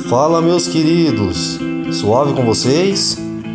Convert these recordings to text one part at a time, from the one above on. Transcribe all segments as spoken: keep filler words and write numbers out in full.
Fala, meus queridos, suave com vocês?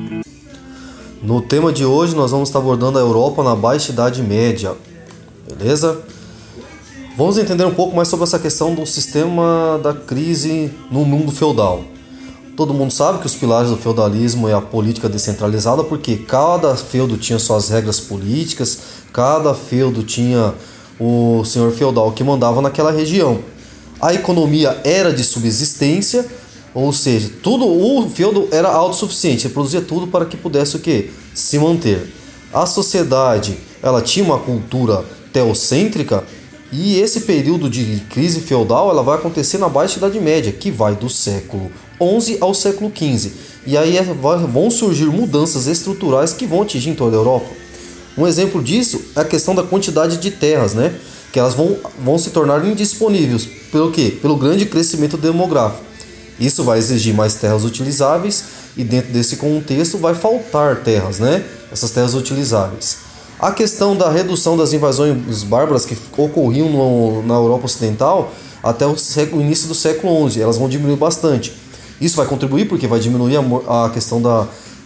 No tema de hoje nós vamos estar abordando a Europa na Baixa Idade Média, beleza? Vamos entender um pouco mais sobre essa questão do sistema da crise no mundo feudal. Todo mundo sabe que os pilares do feudalismo é a política descentralizada, porque cada feudo tinha suas regras políticas, cada feudo tinha o senhor feudal que mandava naquela região. A economia era de subsistência, ou seja, tudo, o feudo era autossuficiente, ele produzia tudo para que pudesse o quê? Se manter. A sociedade, ela tinha uma cultura teocêntrica, e esse período de crise feudal ela vai acontecer na Baixa Idade Média, que vai do século onze ao século quinze. E aí vão surgir mudanças estruturais que vão atingir toda a Europa. Um exemplo disso é a questão da quantidade de terras, né? Que elas vão, vão se tornar indisponíveis. Pelo quê? Pelo grande crescimento demográfico. Isso vai exigir mais terras utilizáveis e dentro desse contexto vai faltar terras, né? Essas terras utilizáveis. A questão da redução das invasões bárbaras que ocorriam no, na Europa Ocidental até o, século, o início do século onze, elas vão diminuir bastante. Isso vai contribuir porque vai diminuir a, a questão da,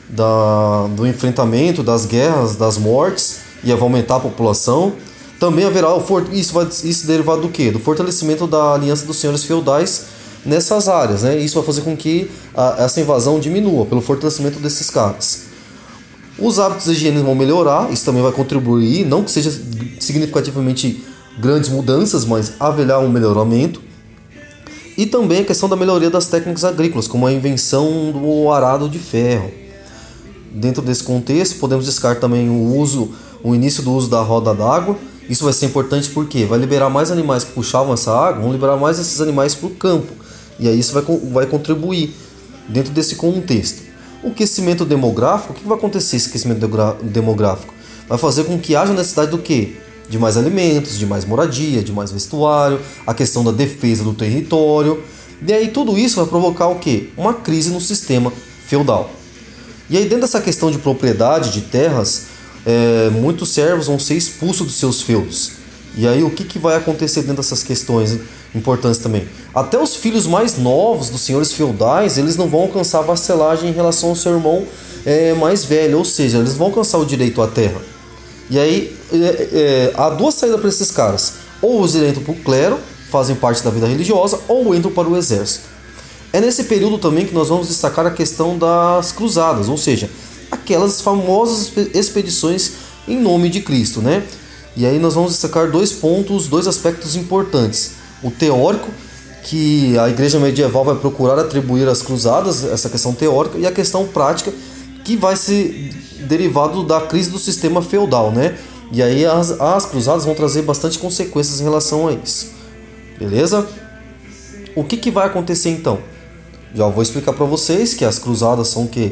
da, do enfrentamento, das guerras, das mortes, e vai aumentar a população. Também haverá o for, isso vai isso derivado do quê? Do fortalecimento da aliança dos senhores feudais nessas áreas, né? Isso vai fazer com que a, essa invasão diminua pelo fortalecimento desses caras. Os hábitos de higiene vão melhorar, isso também vai contribuir, não que seja significativamente grandes mudanças, mas haverá um melhoramento. E também a questão da melhoria das técnicas agrícolas, como a invenção do arado de ferro. Dentro desse contexto, podemos destacar também o uso, o início do uso da roda d'água. Isso vai ser importante porque vai liberar mais animais que puxavam essa água, vão liberar mais esses animais para o campo. E aí isso vai, vai contribuir dentro desse contexto. O aquecimento demográfico, o que vai acontecer esse aquecimento demográfico? Vai fazer com que haja necessidade do quê? De mais alimentos, de mais moradia, de mais vestuário, a questão da defesa do território. E aí tudo isso vai provocar o quê? Uma crise no sistema feudal. E aí dentro dessa questão de propriedade de terras, é, muitos servos vão ser expulsos dos seus feudos. E aí o que, que vai acontecer dentro dessas questões importantes também? Até os filhos mais novos dos senhores feudais, eles não vão alcançar a vassalagem em relação ao seu irmão é, mais velho, ou seja, eles vão alcançar o direito à terra. E aí é, é, há duas saídas para esses caras: ou eles entram para o clero, fazem parte da vida religiosa, ou entram para o exército. É nesse período também que nós vamos destacar a questão das cruzadas, ou seja, aquelas famosas expedições em nome de Cristo, né? E aí nós vamos destacar dois pontos, dois aspectos importantes. O teórico, que a igreja medieval vai procurar atribuir às cruzadas, essa questão teórica, e a questão prática, que vai se derivado da crise do sistema feudal, né? E aí as, as cruzadas vão trazer bastante consequências em relação a isso. Beleza? O que, que vai acontecer então? Já vou explicar para vocês que as cruzadas são o quê?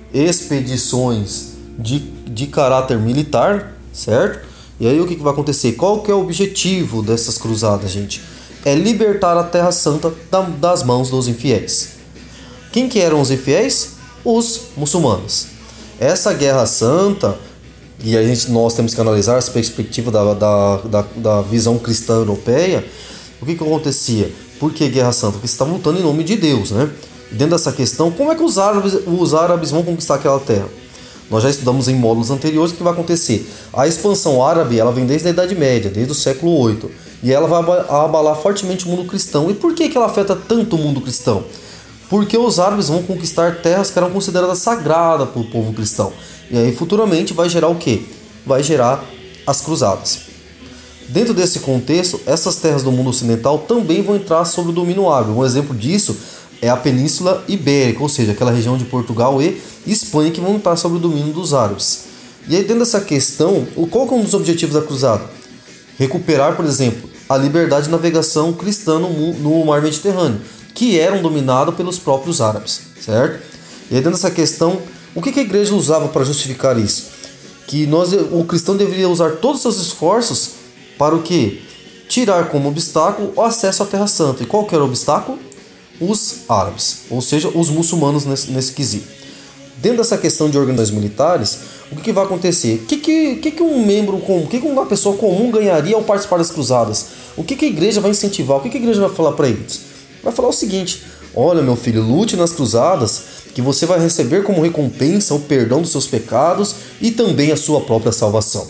Expedições de, de caráter militar, certo? E aí o que, que vai acontecer? Qual que é o objetivo dessas cruzadas, gente? É libertar a Terra Santa da, das mãos dos infiéis. Quem que eram os infiéis? Os muçulmanos. Essa Guerra Santa, e a gente, nós temos que analisar essa perspectiva da, da, da, da visão cristã europeia. O que, que acontecia? Por que Guerra Santa? Porque você está lutando em nome de Deus, né? E dentro dessa questão, como é que os árabes, os árabes vão conquistar aquela terra? Nós já estudamos em módulos anteriores o que vai acontecer. A expansão árabe ela vem desde a Idade Média, desde o século oito. E ela vai abalar fortemente o mundo cristão. E por que, que ela afeta tanto o mundo cristão? Porque os árabes vão conquistar terras que eram consideradas sagradas para o povo cristão. E aí futuramente vai gerar o quê? Vai gerar as cruzadas. Dentro desse contexto, essas terras do mundo ocidental também vão entrar sob o domínio árabe. Um exemplo disso é a Península Ibérica, ou seja, aquela região de Portugal e Espanha que vão estar sob o domínio dos árabes. E aí dentro dessa questão, qual que é um dos objetivos da cruzada? Recuperar, por exemplo, a liberdade de navegação cristã no, no mar Mediterrâneo, que eram dominados pelos próprios árabes, certo? E aí dentro dessa questão, o que, que a igreja usava para justificar isso? Que nós, o cristão deveria usar todos os seus esforços para o quê? Tirar como obstáculo o acesso à Terra Santa. E qual que era o obstáculo? Os árabes, ou seja, os muçulmanos nesse, nesse quesito. Dentro dessa questão de organizações militares, o que, que vai acontecer? O que, que, que, que um membro comum, o que, que uma pessoa comum ganharia ao participar das cruzadas? O que, que a igreja vai incentivar? O que, que a igreja vai falar para eles? Vai falar o seguinte: olha meu filho, lute nas cruzadas, que você vai receber como recompensa o perdão dos seus pecados e também a sua própria salvação.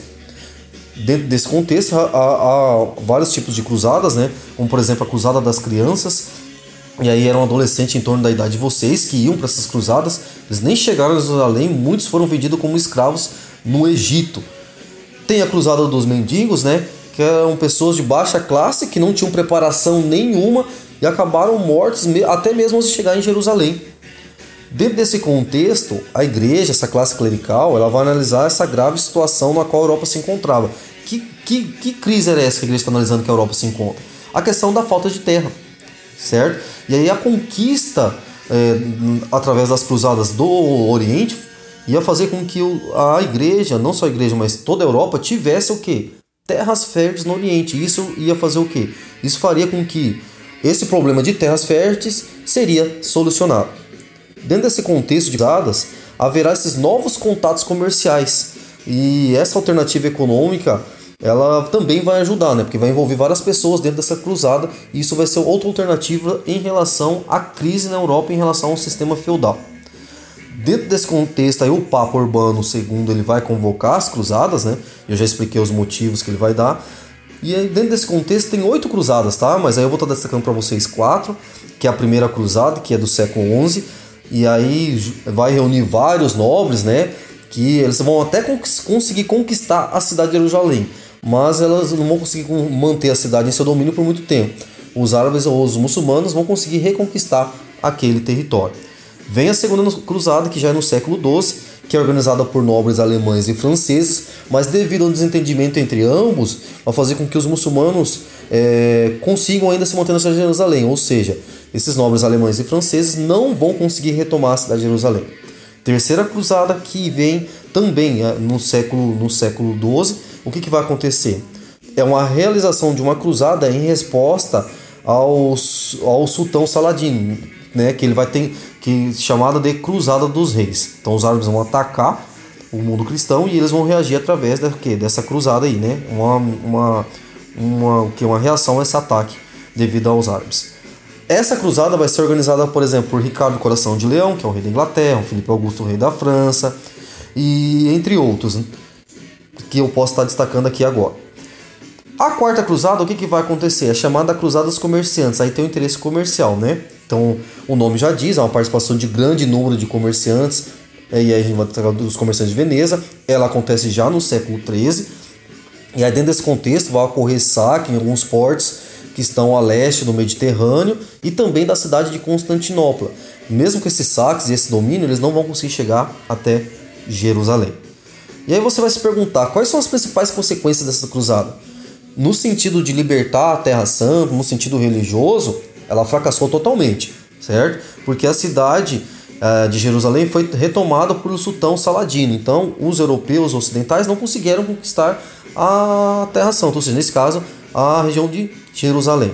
Dentro desse contexto, há, há vários tipos de cruzadas, né? Como por exemplo a cruzada das crianças, e aí eram adolescentes em torno da idade de vocês que iam para essas cruzadas, eles nem chegaram a Jerusalém, muitos foram vendidos como escravos no Egito. Tem a cruzada dos mendigos, né? Que eram pessoas de baixa classe que não tinham preparação nenhuma e acabaram mortos até mesmo antes de chegar em Jerusalém. Dentro desse contexto, a igreja, essa classe clerical, ela vai analisar essa grave situação na qual a Europa se encontrava. Que, que, que crise era essa que a igreja está analisando que a Europa se encontra? A questão da falta de terra, certo? E aí a conquista, é, através das cruzadas do Oriente, ia fazer com que a igreja, não só a igreja, mas toda a Europa, tivesse o quê? Terras férteis no Oriente. Isso ia fazer o quê? Isso faria com que esse problema de terras férteis seria solucionado. Dentro desse contexto de dadas, haverá esses novos contatos comerciais. E essa alternativa econômica, ela também vai ajudar, né? Porque vai envolver várias pessoas dentro dessa cruzada. E isso vai ser outra alternativa em relação à crise na Europa, em relação ao sistema feudal. Dentro desse contexto, aí, o Papa Urbano segundo ele vai convocar as cruzadas, né? Eu já expliquei os motivos que ele vai dar. E aí, dentro desse contexto tem oito cruzadas, tá? Mas aí eu vou estar destacando para vocês quatro, que é a primeira cruzada, que é do século onze. E aí vai reunir vários nobres, né? Que eles vão até conseguir conquistar a cidade de Jerusalém, mas elas não vão conseguir manter a cidade em seu domínio por muito tempo. Os árabes ou os muçulmanos vão conseguir reconquistar aquele território. Vem a segunda cruzada, que já é no século doze, que é organizada por nobres alemães e franceses, mas devido a um desentendimento entre ambos, vai fazer com que os muçulmanos é, consigam ainda se manter na cidade de Jerusalém, ou seja, esses nobres alemães e franceses não vão conseguir retomar a cidade de Jerusalém. Terceira cruzada, que vem também no século, no século doze, o que, que vai acontecer? É uma realização de uma cruzada em resposta ao, ao sultão Saladino, né, que ele vai ter que chamada de Cruzada dos Reis. Então os árabes vão atacar o mundo cristão e eles vão reagir através da, que, dessa cruzada aí, né? Uma, uma, uma, que, uma reação a esse ataque devido aos árabes. Essa cruzada vai ser organizada, por exemplo, por Ricardo Coração de Leão, que é o rei da Inglaterra, o Filipe Augusto, o rei da França, e entre outros, né, que eu posso estar destacando aqui agora. A quarta cruzada, o que, que vai acontecer? É chamada Cruzada dos Comerciantes. Aí tem o interesse comercial, né? Então, o nome já diz, é uma participação de grande número de comerciantes. E aí a gente vai tratar dos comerciantes de Veneza. Ela acontece já no século treze. E aí dentro desse contexto vai ocorrer saque em alguns portos que estão a leste do Mediterrâneo e também da cidade de Constantinopla. Mesmo com esses saques e esse domínio, eles não vão conseguir chegar até Jerusalém. E aí você vai se perguntar, quais são as principais consequências dessa cruzada? No sentido de libertar a Terra Santa, no sentido religioso, ela fracassou totalmente, certo? Porque a cidade uh, de Jerusalém foi retomada por o sultão Saladino. Então, os europeus ocidentais não conseguiram conquistar a Terra Santa, ou seja, nesse caso, a região de Jerusalém.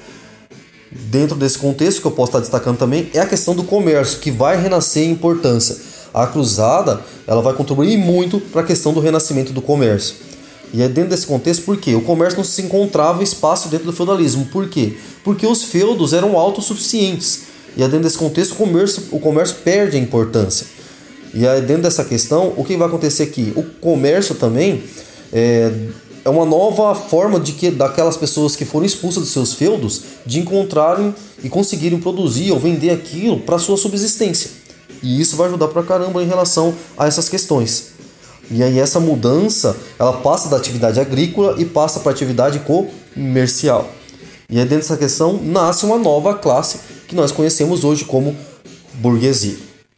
Dentro desse contexto, que eu posso estar destacando também, é a questão do comércio, que vai renascer em importância. A cruzada ela vai contribuir muito para a questão do renascimento do comércio. E é dentro desse contexto, por quê? O comércio não se encontrava espaço dentro do feudalismo. Por quê? Porque os feudos eram autossuficientes. E é dentro desse contexto o comércio, o comércio perde a importância. E aí dentro dessa questão, o que vai acontecer aqui? O comércio também é, é uma nova forma de que daquelas pessoas que foram expulsas dos seus feudos de encontrarem e conseguirem produzir ou vender aquilo para sua subsistência. E isso vai ajudar pra caramba em relação a essas questões. E aí essa mudança, ela passa da atividade agrícola e passa para a atividade comercial. E aí dentro dessa questão nasce uma nova classe que nós conhecemos hoje como burguesia.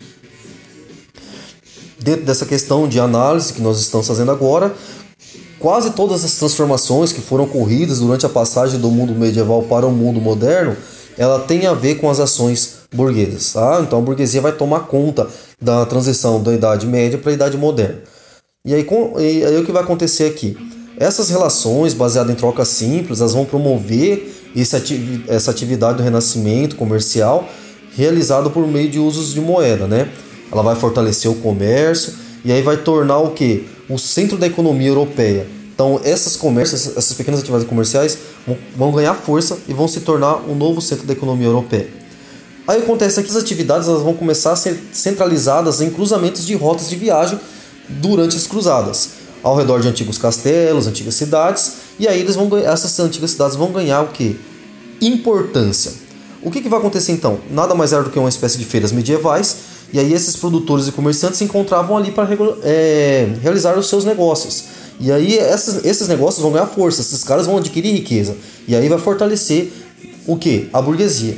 Dentro dessa questão de análise que nós estamos fazendo agora, quase todas as transformações que foram ocorridas durante a passagem do mundo medieval para o mundo moderno, ela tem a ver com as ações burguesas. Tá? Então a burguesia vai tomar conta da transição da Idade Média para a Idade Moderna. E aí, com, e aí o que vai acontecer aqui? Essas relações baseadas em trocas simples, elas vão promover esse ati- essa atividade do renascimento comercial realizado por meio de usos de moeda, né? Ela vai fortalecer o comércio e aí vai tornar o quê? O centro da economia europeia. Então essas comércios, essas pequenas atividades comerciais vão, vão ganhar força e vão se tornar um novo centro da economia europeia. Aí acontece que as atividades elas vão começar a ser centralizadas em cruzamentos de rotas de viagem durante as cruzadas, ao redor de antigos castelos, antigas cidades, e aí eles vão, essas antigas cidades vão ganhar o quê? Importância. O que, que vai acontecer então? Nada mais era do que uma espécie de feiras medievais, e aí esses produtores e comerciantes se encontravam ali para é, realizar os seus negócios. E aí esses, esses negócios vão ganhar força, esses caras vão adquirir riqueza, e aí vai fortalecer o quê? A burguesia.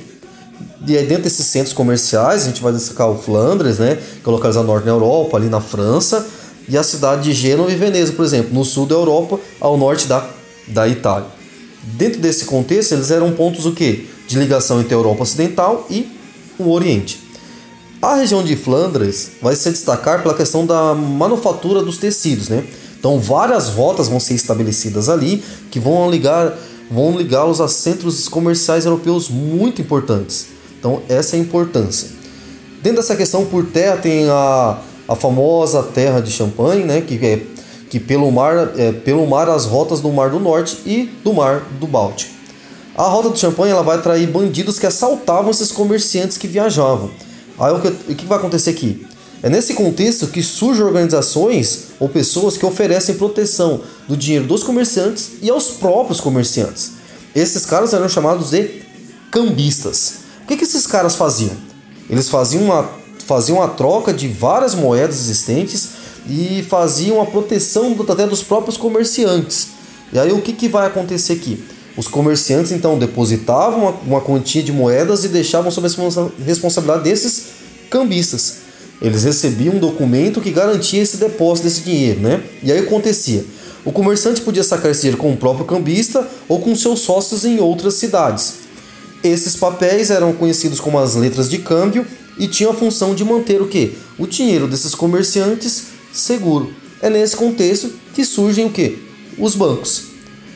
E aí dentro desses centros comerciais, a gente vai destacar o Flandres, né, que é localizado no norte da Europa, ali na França, e a cidade de Gênova e Veneza, por exemplo, no sul da Europa, ao norte da, da Itália. Dentro desse contexto, eles eram pontos o quê? De ligação entre a Europa Ocidental e o Oriente. A região de Flandres vai se destacar pela questão da manufatura dos tecidos, né? Então várias rotas vão ser estabelecidas ali, que vão ligar, vão ligá-los a centros comerciais europeus muito importantes. Então essa é a importância. Dentro dessa questão por terra tem a, a famosa terra de Champagne, né, que é que pelo mar, é, pelo mar as rotas do Mar do Norte e do Mar do Báltico. A rota do Champagne ela vai atrair bandidos que assaltavam esses comerciantes que viajavam. Aí o que, o que vai acontecer aqui? É nesse contexto que surgem organizações ou pessoas que oferecem proteção do dinheiro dos comerciantes e aos próprios comerciantes. Esses caras eram chamados de cambistas. O que, que esses caras faziam? Eles faziam uma, faziam a troca de várias moedas existentes e faziam a proteção do, até dos próprios comerciantes. E aí o que, que vai acontecer aqui? Os comerciantes então depositavam uma, uma quantia de moedas e deixavam sob a responsabilidade desses cambistas. Eles recebiam um documento que garantia esse depósito desse dinheiro, né? E aí acontecia. O comerciante podia sacar esse dinheiro com o próprio cambista ou com seus sócios em outras cidades. Esses papéis eram conhecidos como as letras de câmbio e tinham a função de manter o quê? O dinheiro desses comerciantes seguro. É nesse contexto que surgem o quê? Os bancos.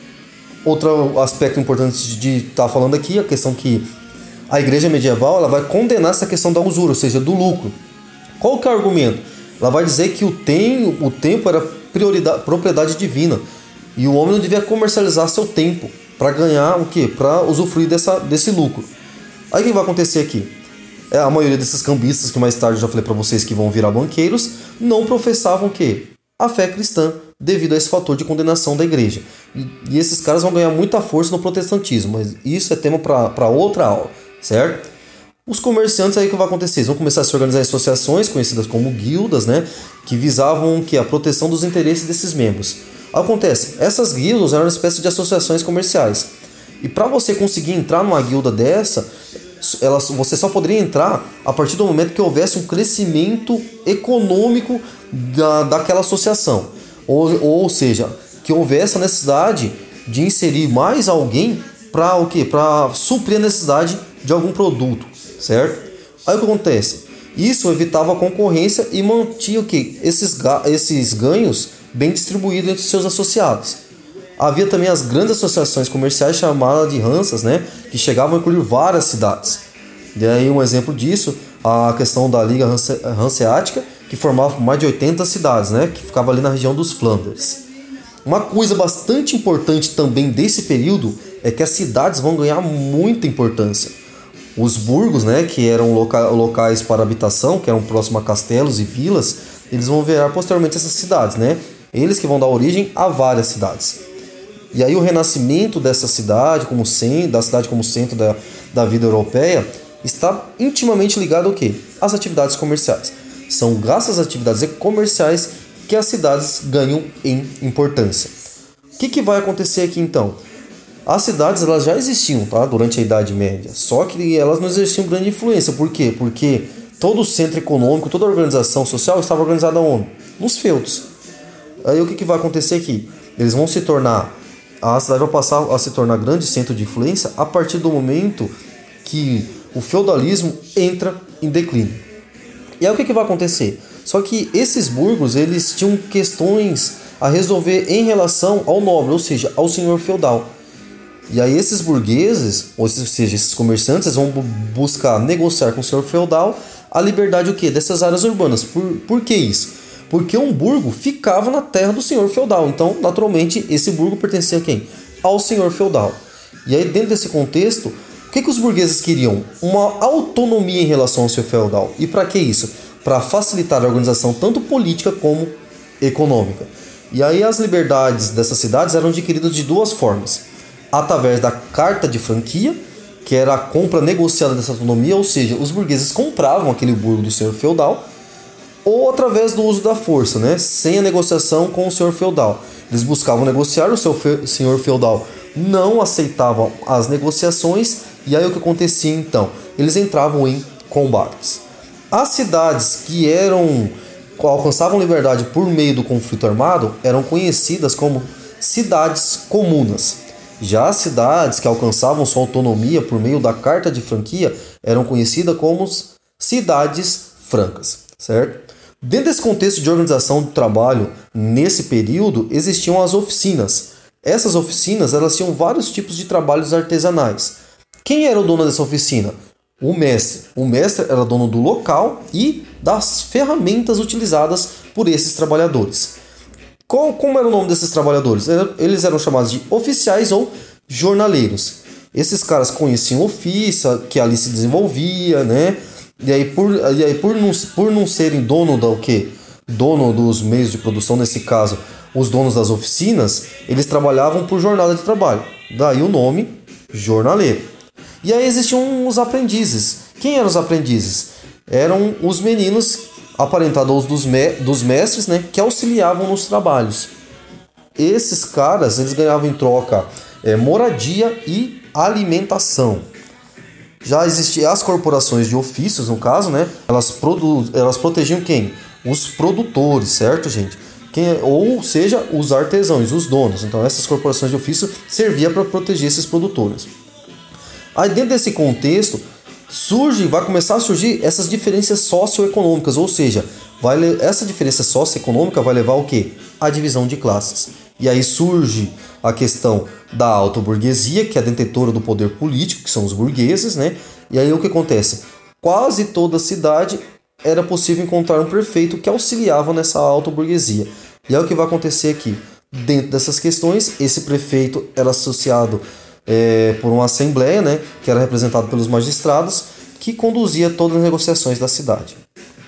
Outro aspecto importante de estar tá falando aqui é a questão que a igreja medieval ela vai condenar essa questão da usura, ou seja, do lucro. Qual que é o argumento? Ela vai dizer que o, tem, o tempo era prioridade, propriedade divina e o homem não devia comercializar seu tempo para ganhar o quê? Para usufruir dessa, desse lucro. Aí o que vai acontecer aqui? É, a maioria desses cambistas, que mais tarde eu já falei para vocês que vão virar banqueiros, não professavam o quê? A fé cristã, devido a esse fator de condenação da igreja. E, e esses caras vão ganhar muita força no protestantismo, mas isso é tema para outra aula, certo? Os comerciantes, aí o que vai acontecer? Eles vão começar a se organizar em associações, conhecidas como guildas, né? Que visavam que, a proteção dos interesses desses membros. Acontece, essas guildas eram uma espécie de associações comerciais. E para você conseguir entrar numa guilda dessa, elas, você só poderia entrar a partir do momento que houvesse um crescimento econômico da, daquela associação. Ou, ou seja, que houvesse a necessidade de inserir mais alguém para o quê? Para suprir a necessidade de algum produto, certo? Aí o que acontece? Isso evitava a concorrência e mantinha o quê? Esses, esses ganhos bem distribuídos entre seus associados. Havia também as grandes associações comerciais chamadas de Hansas, né, que chegavam a incluir várias cidades. E aí um exemplo disso, a questão da Liga Hanseática, que formava mais de oitenta cidades, né, que ficava ali na região dos Flandres. Uma coisa bastante importante também desse período é que as cidades vão ganhar muita importância. Os burgos, né, que eram loca locais para habitação, que eram próximos a castelos e vilas, eles vão virar posteriormente essas cidades, né? Eles que vão dar origem a várias cidades. E aí o renascimento dessa cidade, como centro, da cidade como centro da, da vida europeia, está intimamente ligado ao quê? Às atividades comerciais. São graças às atividades comerciais que as cidades ganham em importância. O que, que vai acontecer aqui então? As cidades elas já existiam, tá? Durante a Idade Média, só que elas não exerciam grande influência. Por quê? Porque todo o centro econômico, toda a organização social estava organizada onde? Nos feudos. Aí o que, que vai acontecer aqui? Eles vão se tornar, a cidade vai passar a se tornar grande centro de influência a partir do momento que o feudalismo entra em declínio. E aí o que, que vai acontecer? Só que esses burgos eles tinham questões a resolver em relação ao nobre, ou seja, ao senhor feudal. E aí esses burgueses, ou seja, esses comerciantes, vão buscar negociar com o senhor feudal a liberdade o quê? Dessas áreas urbanas. Por, por que isso? Porque um burgo ficava na terra do senhor feudal. Então, naturalmente, esse burgo pertencia a quem? Ao senhor feudal. E aí, dentro desse contexto, O que, que os burgueses queriam? Uma autonomia em relação ao seu feudal. E para que isso? Para facilitar a organização tanto política como econômica. E aí as liberdades dessas cidades eram adquiridas de duas formas. Através da carta de franquia, que era a compra negociada dessa autonomia, ou seja, os burgueses compravam aquele burgo do senhor feudal, ou através do uso da força, né? Sem a negociação com o senhor feudal. Eles buscavam negociar, o seu fe- senhor feudal não aceitava as negociações, e aí o que acontecia então? Eles entravam em combates. As cidades que eram alcançavam liberdade por meio do conflito armado eram conhecidas como cidades comunas. Já as cidades que alcançavam sua autonomia por meio da carta de franquia eram conhecidas como cidades francas, certo? Dentro desse contexto de organização do trabalho, nesse período, existiam as oficinas. Essas oficinas elas tinham vários tipos de trabalhos artesanais. Quem era o dono dessa oficina? O mestre. O mestre era dono do local e das ferramentas utilizadas por esses trabalhadores. Qual, como era o nome desses trabalhadores? Eles eram chamados de oficiais ou jornaleiros. Esses caras conheciam o ofício que ali se desenvolvia, né? E aí, por, e aí por, não, por não serem dono da o quê? Dono dos meios de produção, nesse caso, os donos das oficinas, eles trabalhavam por jornada de trabalho. Daí o nome, jornaleiro. E aí existiam os aprendizes. Quem eram os aprendizes? Eram os meninos aparentados dos, me, dos mestres, né, que auxiliavam nos trabalhos. Esses caras eles ganhavam em troca é, moradia e alimentação. Já existiam as corporações de ofícios, no caso, né, elas, produ, elas protegiam quem? Os produtores, certo, gente? Quem, ou seja, os artesãos, os donos. Então essas corporações de ofício serviam para proteger esses produtores. Aí dentro desse contexto surge, vai começar a surgir essas diferenças socioeconômicas, ou seja, vai, essa diferença socioeconômica vai levar ao quê? A divisão de classes. E aí surge a questão da alta-burguesia, que é a detentora do poder político, que são os burgueses, né? E aí o que acontece? Quase toda cidade era possível encontrar um prefeito que auxiliava nessa alta-burguesia. E é o que vai acontecer aqui. Dentro dessas questões, esse prefeito era associado É, por uma assembleia, né, que era representada pelos magistrados, que conduzia todas as negociações da cidade.